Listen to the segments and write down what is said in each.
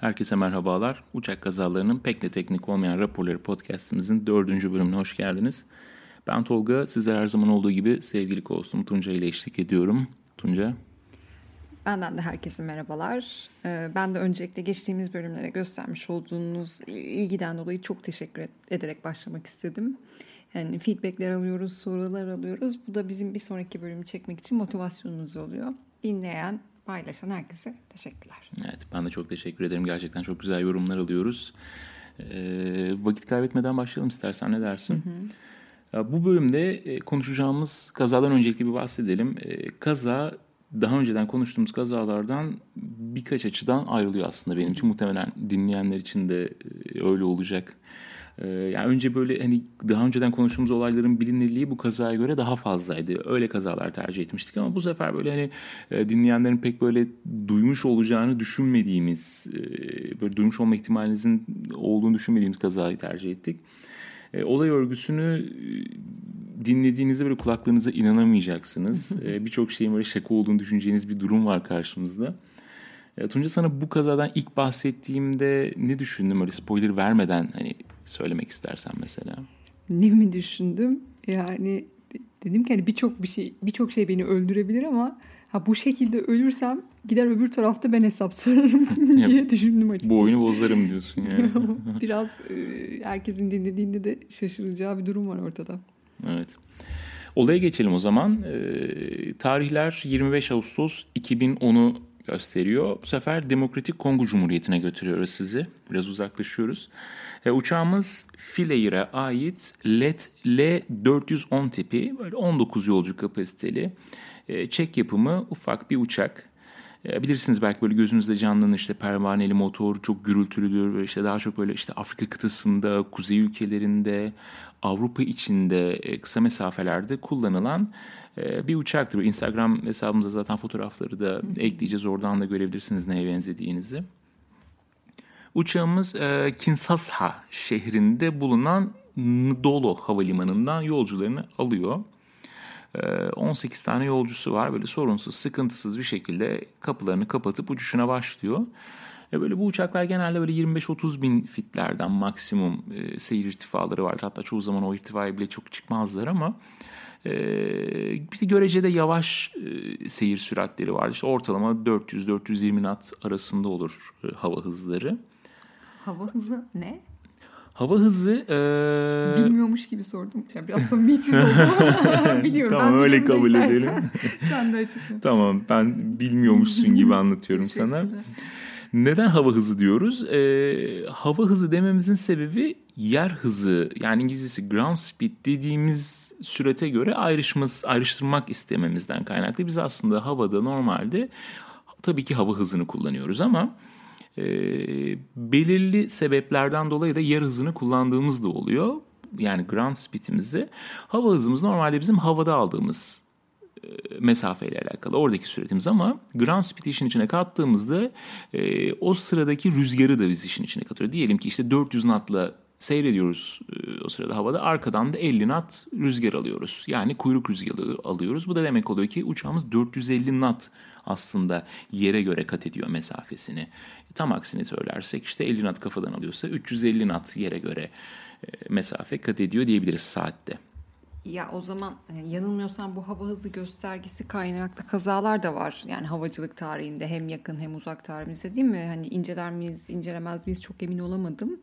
Herkese merhabalar. Uçak kazalarının pek de teknik olmayan raporları podcastimizin 4. bölümüne hoş geldiniz. Ben Tolga, sizler her zaman olduğu gibi sevgili koçum Tunca ile eşlik ediyorum. Tunca. Benden de herkese merhabalar. Ben de öncelikle geçtiğimiz bölümlere göstermiş olduğunuz ilgiden dolayı çok teşekkür ederek başlamak istedim. Yani feedbackler alıyoruz, sorular alıyoruz. Bu da bizim bir sonraki bölümü çekmek için motivasyonumuz oluyor. Dinleyen, paylaşan herkese teşekkürler. Evet, ben de çok teşekkür ederim. Gerçekten çok güzel yorumlar alıyoruz. Vakit kaybetmeden başlayalım istersen, ne dersin? Bu bölümde konuşacağımız kazadan öncelikle bir bahsedelim. Kaza daha önceden konuştuğumuz kazalardan birkaç açıdan ayrılıyor aslında benim için. Muhtemelen dinleyenler için de öyle olacak. Yani önce böyle hani daha önceden konuştuğumuz olayların bilinirliği bu kazaya göre daha fazlaydı. Öyle kazalar tercih etmiştik ama bu sefer böyle hani dinleyenlerin pek böyle duymuş olacağını düşünmediğimiz, böyle duymuş olma ihtimalinizin olduğunu düşünmediğimiz kazayı tercih ettik. Olay örgüsünü dinlediğinizde böyle kulaklarınıza inanamayacaksınız. Birçok şeyin böyle şaka olduğunu düşüneceğiniz bir durum var karşımızda. Tunca, sana bu kazadan ilk bahsettiğimde ne düşündüm? Öyle spoiler vermeden hani söylemek istersen mesela. Ne mi düşündüm? Yani dedim ki hani birçok şey beni öldürebilir ama bu şekilde ölürsem gider öbür tarafta ben hesap sorarım diye düşündüm açıkçası. Bu oyunu bozarım diyorsun yani. Biraz herkesin dinlediğinde de şaşıracağı bir durum var ortada. Evet. Olaya geçelim o zaman. Tarihler 25 Ağustos 2010'u gösteriyor. Bu sefer Demokratik Kongo Cumhuriyeti'ne götürüyoruz sizi. Biraz uzaklaşıyoruz. Uçağımız Philair'e ait LET L410 tipi, böyle 19 yolcu kapasiteli, Çek yapımı ufak bir uçak. Bilirsiniz belki, böyle gözünüzde canlanır, işte pervaneli motor, çok gürültülüdür. İşte daha çok böyle işte Afrika kıtasında, kuzey ülkelerinde, Avrupa içinde kısa mesafelerde kullanılan bir uçaktır. Instagram hesabımıza zaten fotoğrafları da ekleyeceğiz. Oradan da görebilirsiniz neye benzediğinizi. Uçağımız Kinshasa şehrinde bulunan Ndolo havalimanından yolcularını alıyor. 18 tane yolcusu var. Böyle sorunsuz, sıkıntısız bir şekilde kapılarını kapatıp uçuşuna başlıyor. Böyle bu uçaklar genelde böyle 25-30 bin fitlerden maksimum seyir irtifaları vardır. Hatta çoğu zaman o irtifaya bile çok çıkmazlar ama bir de görecede yavaş seyir süratleri var. İşte ortalama 400-420 knot arasında olur hava hızları. Hava hızı ne? Hava hızı... Bilmiyormuş gibi sordum. Ya biraz samimiyetsiz oldum. Biliyorum. Tamam, ben öyle kabul edelim. Sen de açıkla. Tamam, ben bilmiyormuşsun gibi anlatıyorum sana. Neden hava hızı diyoruz? Hava hızı dememizin sebebi yer hızı, yani İngilizcesi ground speed dediğimiz sürate göre ayrıştırmak istememizden kaynaklı. Biz aslında havada normalde tabii ki hava hızını kullanıyoruz ama belirli sebeplerden dolayı da yer hızını kullandığımız da oluyor. Yani ground speed'imizi, hava hızımız normalde bizim havada aldığımız mesafeyle alakalı, oradaki süratimiz, ama ground speed işin içine kattığımızda o sıradaki rüzgarı da biz işin içine katıyor. Diyelim ki işte 400 knot'la seyrediyoruz o sırada havada, arkadan da 50 knot rüzgar alıyoruz. Yani kuyruk rüzgarı alıyoruz. Bu da demek oluyor ki uçağımız 450 knot aslında yere göre kat ediyor mesafesini. Tam aksini söylersek işte 50 knot kafadan alıyorsa 350 knot yere göre mesafe kat ediyor diyebiliriz saatte. Ya o zaman yanılmıyorsam bu hava hızı göstergesi kaynaklı kazalar da var. Yani havacılık tarihinde hem yakın hem uzak tarihimizde, değil mi? Hani inceler miyiz, incelemez miyiz çok emin olamadım.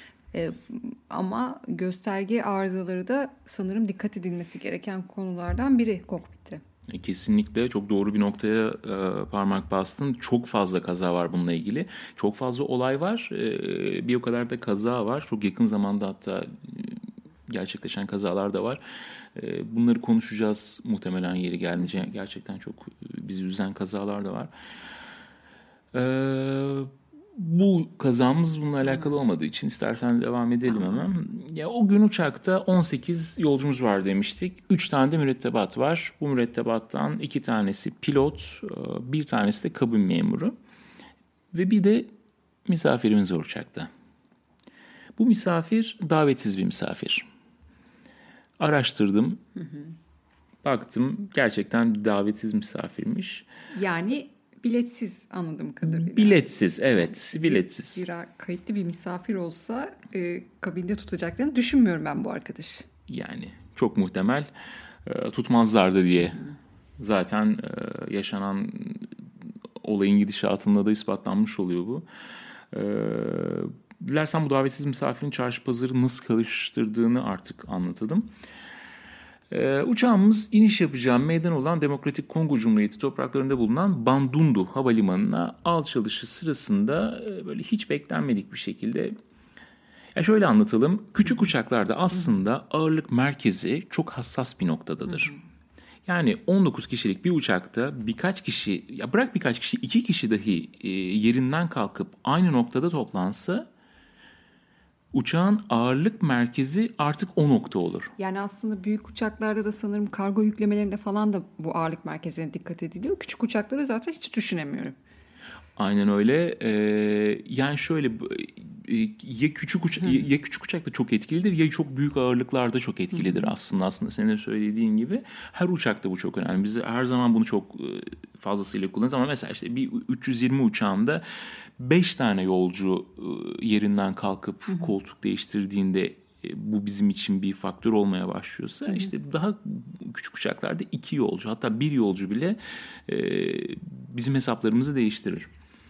Ama gösterge arızaları da sanırım dikkat edilmesi gereken konulardan biri kokpitte. Kesinlikle çok doğru bir noktaya parmak bastın. Çok fazla kaza var bununla ilgili. Çok fazla olay var. Bir o kadar da kaza var. Çok yakın zamanda hatta gerçekleşen kazalar da var. Bunları konuşacağız muhtemelen yeri gelince. Gerçekten çok bizi üzen kazalar da var. Bu kazamız bununla alakalı olmadığı için istersen devam edelim hemen. Ya, o gün uçakta 18 yolcumuz var demiştik. 3 tane de mürettebat var. Bu mürettebattan 2 tanesi pilot, bir tanesi de kabin memuru. Ve bir de misafirimiz var uçakta. Bu misafir davetsiz bir misafir. Araştırdım. Baktım, gerçekten davetsiz misafirmiş. Yani Biletsiz anladığım kadarıyla. Biletsiz, evet. Biletsiz. Zira kayıtlı bir misafir olsa kabinde tutacaklarını düşünmüyorum ben bu arkadaş. Yani çok muhtemel tutmazlardı diye. Zaten yaşanan olayın gidişatında da ispatlanmış oluyor bu. Dilersen bu davetsiz misafirin çarşı pazarı nasıl karıştırdığını artık anlatalım. Uçağımız iniş yapacağı meydan olan Demokratik Kongo Cumhuriyeti topraklarında bulunan Bandundu Havalimanı'na alçalışı sırasında böyle hiç beklenmedik bir şekilde, ya şöyle anlatalım, küçük uçaklarda aslında ağırlık merkezi çok hassas bir noktadadır. Yani 19 kişilik bir uçakta birkaç kişi, ya bırak birkaç kişi, 2 kişi dahi yerinden kalkıp aynı noktada toplansa uçağın ağırlık merkezi artık o nokta olur. Yani aslında büyük uçaklarda da sanırım kargo yüklemelerinde falan da bu ağırlık merkezine dikkat ediliyor. Küçük uçakları zaten hiç düşünemiyorum. Aynen öyle. Yani şöyle ya küçük uçak da çok etkilidir ya çok büyük ağırlıklarda çok etkilidir aslında senin de söylediğin gibi. Her uçakta bu çok önemli. Biz her zaman bunu çok fazlasıyla kullanırız ama mesela işte bir 320 uçağında 5 tane yolcu yerinden kalkıp koltuk değiştirdiğinde bu bizim için bir faktör olmaya başlıyorsa işte daha küçük uçaklarda 2 yolcu hatta 1 yolcu bile bizim hesaplarımızı değiştirir.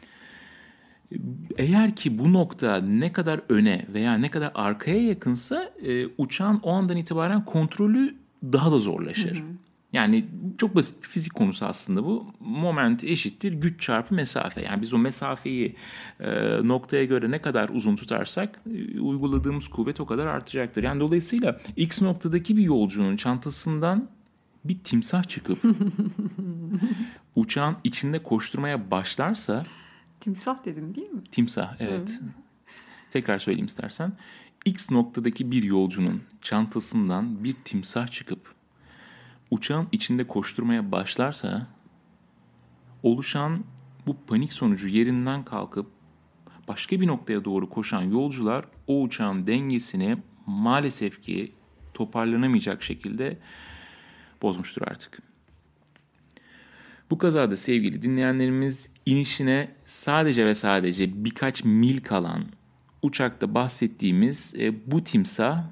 Eğer ki bu nokta ne kadar öne veya ne kadar arkaya yakınsa uçağın o andan itibaren kontrolü daha da zorlaşır. Yani çok basit bir fizik konusu aslında bu. Moment eşittir güç çarpı mesafe. Yani biz o mesafeyi noktaya göre ne kadar uzun tutarsak uyguladığımız kuvvet o kadar artacaktır. Yani dolayısıyla X noktadaki bir yolcunun çantasından bir timsah çıkıp uçağın içinde koşturmaya başlarsa... Timsah dedin değil mi? Timsah, evet. Tekrar söyleyeyim istersen. X noktadaki bir yolcunun çantasından bir timsah çıkıp uçağın içinde koşturmaya başlarsa oluşan bu panik sonucu yerinden kalkıp başka bir noktaya doğru koşan yolcular o uçağın dengesini maalesef ki toparlanamayacak şekilde bozmuştur artık. Bu kazada sevgili dinleyenlerimiz inişine sadece ve sadece birkaç mil kalan uçakta bahsettiğimiz bu timsah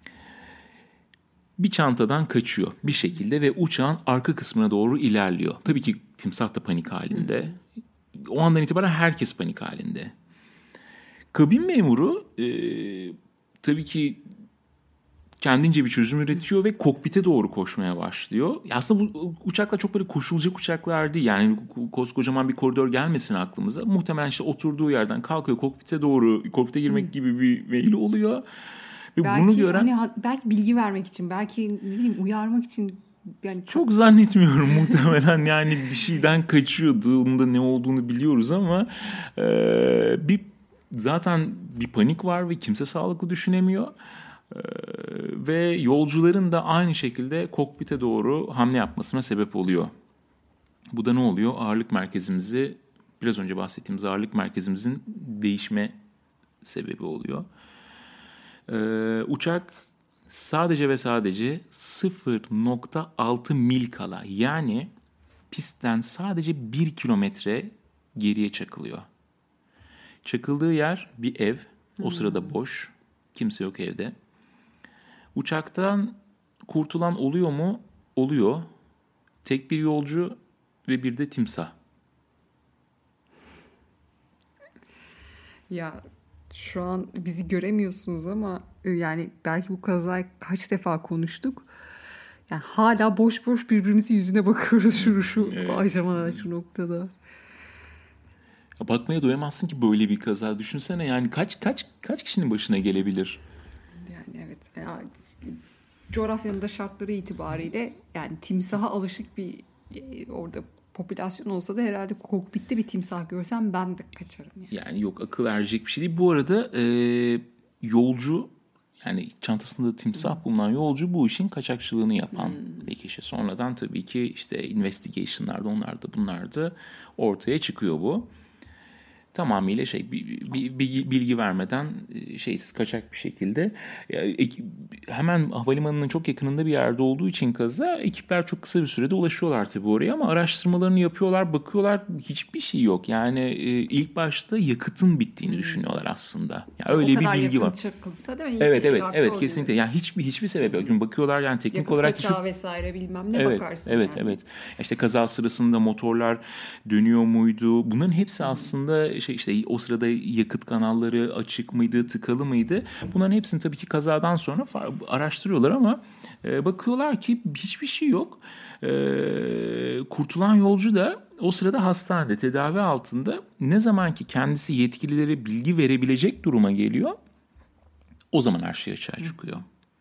bir çantadan kaçıyor bir şekilde ve uçağın arka kısmına doğru ilerliyor. Tabii ki timsah da panik halinde. O andan itibaren herkes panik halinde. Kabin memuru tabii ki kendince bir çözüm üretiyor ve kokpite doğru koşmaya başlıyor. Aslında bu uçaklar çok böyle koşulacak uçaklar değil. Yani koskocaman bir koridor gelmesin aklımıza. Muhtemelen işte oturduğu yerden kalkıyor kokpite doğru, kokpite girmek gibi bir meyli oluyor. Ve belki bunu gören... hani, belki bilgi vermek için, belki ne bileyim uyarmak için... Yani çok zannetmiyorum muhtemelen yani bir şeyden kaçıyordu. Onun da ne olduğunu biliyoruz ama zaten bir panik var ve kimse sağlıklı düşünemiyor. Ve yolcuların da aynı şekilde kokpite doğru hamle yapmasına sebep oluyor. Bu da ne oluyor? Ağırlık merkezimizi, biraz önce bahsettiğimiz ağırlık merkezimizin değişme sebebi oluyor. Uçak sadece ve sadece 0.6 mil kala, yani pistten sadece 1 kilometre geriye çakılıyor. Çakıldığı yer bir ev. O sırada boş. Kimse yok evde. Uçaktan kurtulan oluyor mu? Oluyor. Tek bir yolcu ve bir de timsah. Ya şu an bizi göremiyorsunuz ama yani belki bu kazayı kaç defa konuştuk. Yani hala boş boş birbirimizin yüzüne bakıyoruz şu evet. Aşamada, şu noktada. Bakmaya doyamazsın ki böyle bir kaza. Düşünsene yani kaç kişinin başına gelebilir? Yani evet. Yani, coğrafyanın da şartları itibariyle yani timsaha alışık bir orada popülasyon olsa da herhalde kokpitte bir timsah görsem ben de kaçarım. Yani yok, akıl ercek bir şey değil. Bu arada yolcu, yani çantasında timsah bulunan yolcu bu işin kaçakçılığını yapan bir kişi. Sonradan tabii ki işte investigation'larda, onlarda bunlarda ortaya çıkıyor bu. tamamıyla bir bilgi vermeden şeysiz kaçak bir şekilde hemen havalimanının çok yakınında bir yerde olduğu için kaza, ekipler çok kısa bir sürede ulaşıyorlar tabii oraya ama araştırmalarını yapıyorlar, bakıyorlar, hiçbir şey yok. Yani ilk başta yakıtın bittiğini düşünüyorlar aslında. Yani öyle bir bilgi var. Çakılsa değil mi? Evet kesinlikle. Yani hiçbir sebep yok. Çünkü bakıyorlar yani teknik yakıt olarak kaçağı vesaire bilmem ne bakarsın. Evet. İşte kaza sırasında motorlar dönüyor muydu? Bunların hepsi aslında işte o sırada yakıt kanalları açık mıydı, tıkalı mıydı? Bunların hepsini tabii ki kazadan sonra araştırıyorlar ama bakıyorlar ki hiçbir şey yok. Kurtulan yolcu da o sırada hastanede tedavi altında. Ne zaman ki kendisi yetkililere bilgi verebilecek duruma geliyor, o zaman her şey açığa çıkıyor.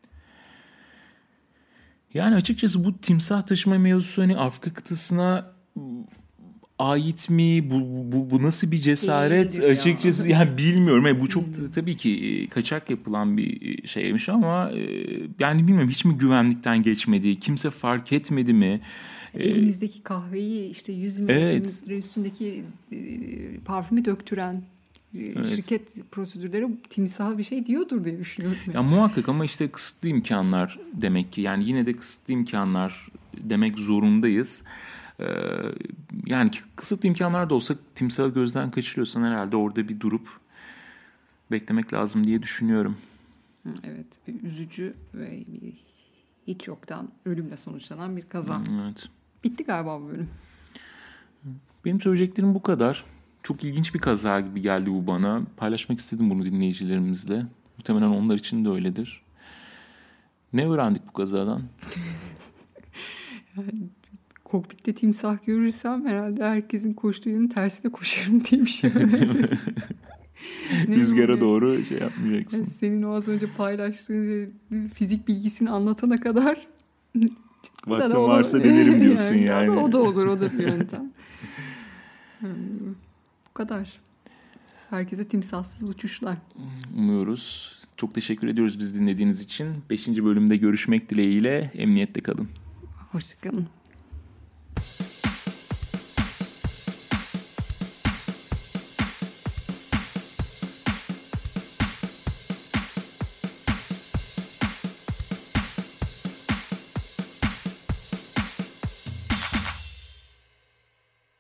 Yani açıkçası bu timsah taşıma mevzusu hani Afrika kıtasına ait mi? Bu nasıl bir cesaret? Değildir açıkçası ya. Yani bilmiyorum. Yani bu çok tabii ki kaçak yapılan bir şeymiş ama yani bilmiyorum, hiç mi güvenlikten geçmedi? Kimse fark etmedi mi? Elimizdeki kahveyi işte 100 mililitre üstündeki parfümü döktüren şirket prosedürleri timsah bir şey diyordur diye düşünüyorum. Ya muhakkak ama işte kısıtlı imkanlar demek ki. Yani yine de kısıtlı imkanlar demek zorundayız. Yani kısıtlı imkanlar da olsa timsahı gözden kaçırıyorsan herhalde orada bir durup beklemek lazım diye düşünüyorum. Evet, bir üzücü ve hiç yoktan ölümle sonuçlanan bir kaza. Evet. Bitti galiba bu bölüm. Benim söyleyeceklerim bu kadar. Çok ilginç bir kaza gibi geldi bu bana. Paylaşmak istedim bunu dinleyicilerimizle. Muhtemelen onlar için de öyledir. Ne öğrendik bu kazadan? Yani kokpitte timsah görürsem herhalde herkesin koştuğu yönün tersine koşarım diye bir şey öğrendim. Rüzgara doğru şey yapmayacaksın. Yani senin o az önce paylaştığın fizik bilgisini anlatana kadar vaktin varsa denerim diyorsun yani. O da olur, o da bir yöntem. Bu kadar. Herkese timsahsız uçuşlar. Umuyoruz. Çok teşekkür ediyoruz bizi dinlediğiniz için. 5. bölümde görüşmek dileğiyle emniyette kalın. Hoşça kalın.